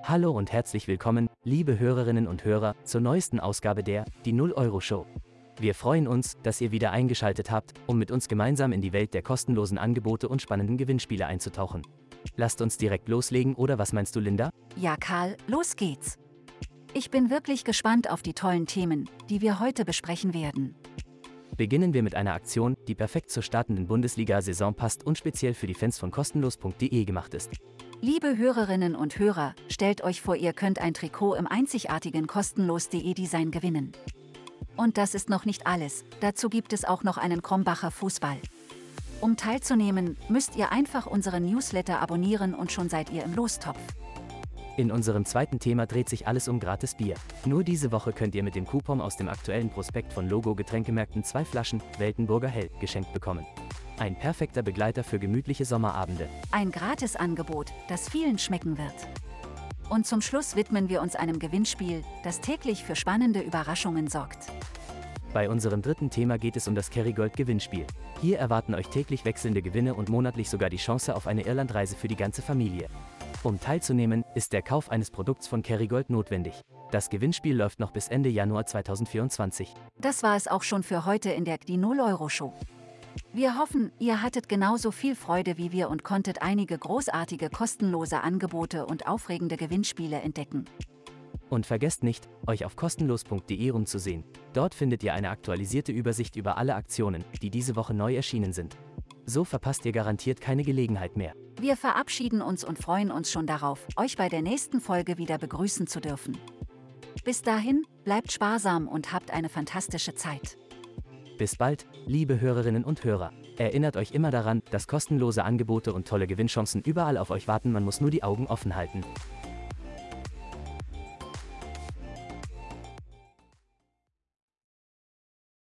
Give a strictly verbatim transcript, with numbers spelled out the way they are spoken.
Hallo und herzlich willkommen, liebe Hörerinnen und Hörer, zur neuesten Ausgabe der Die null Euro Show. Wir freuen uns, dass ihr wieder eingeschaltet habt, um mit uns gemeinsam in die Welt der kostenlosen Angebote und spannenden Gewinnspiele einzutauchen. Lasst uns direkt loslegen, oder was meinst du, Linda? Ja, Karl, los geht's. Ich bin wirklich gespannt auf die tollen Themen, die wir heute besprechen werden. Beginnen wir mit einer Aktion, die perfekt zur startenden Bundesliga-Saison passt und speziell für die Fans von kostenlos punkt de gemacht ist. Liebe Hörerinnen und Hörer, stellt euch vor, ihr könnt ein Trikot im einzigartigen kostenlos punkt de Design gewinnen. Und das ist noch nicht alles, dazu gibt es auch noch einen Krombacher Fußball. Um teilzunehmen, müsst ihr einfach unseren Newsletter abonnieren und schon seid ihr im Lostopf. In unserem zweiten Thema dreht sich alles um gratis Bier. Nur diese Woche könnt ihr mit dem Coupon aus dem aktuellen Prospekt von Logo Getränkemärkten zwei Flaschen Weltenburger Hell geschenkt bekommen. Ein perfekter Begleiter für gemütliche Sommerabende. Ein Gratisangebot, das vielen schmecken wird. Und zum Schluss widmen wir uns einem Gewinnspiel, das täglich für spannende Überraschungen sorgt. Bei unserem dritten Thema geht es um das Kerrygold-Gewinnspiel. Hier erwarten euch täglich wechselnde Gewinne und monatlich sogar die Chance auf eine Irlandreise für die ganze Familie. Um teilzunehmen, ist der Kauf eines Produkts von Kerrygold notwendig. Das Gewinnspiel läuft noch bis Ende Januar zweitausendvierundzwanzig. Das war es auch schon für heute in der Die null Euro Show. Wir hoffen, ihr hattet genauso viel Freude wie wir und konntet einige großartige kostenlose Angebote und aufregende Gewinnspiele entdecken. Und vergesst nicht, euch auf kostenlos punkt de umzusehen. Dort findet ihr eine aktualisierte Übersicht über alle Aktionen, die diese Woche neu erschienen sind. So verpasst ihr garantiert keine Gelegenheit mehr. Wir verabschieden uns und freuen uns schon darauf, euch bei der nächsten Folge wieder begrüßen zu dürfen. Bis dahin, bleibt sparsam und habt eine fantastische Zeit. Bis bald, liebe Hörerinnen und Hörer. Erinnert euch immer daran, dass kostenlose Angebote und tolle Gewinnchancen überall auf euch warten, man muss nur die Augen offen halten.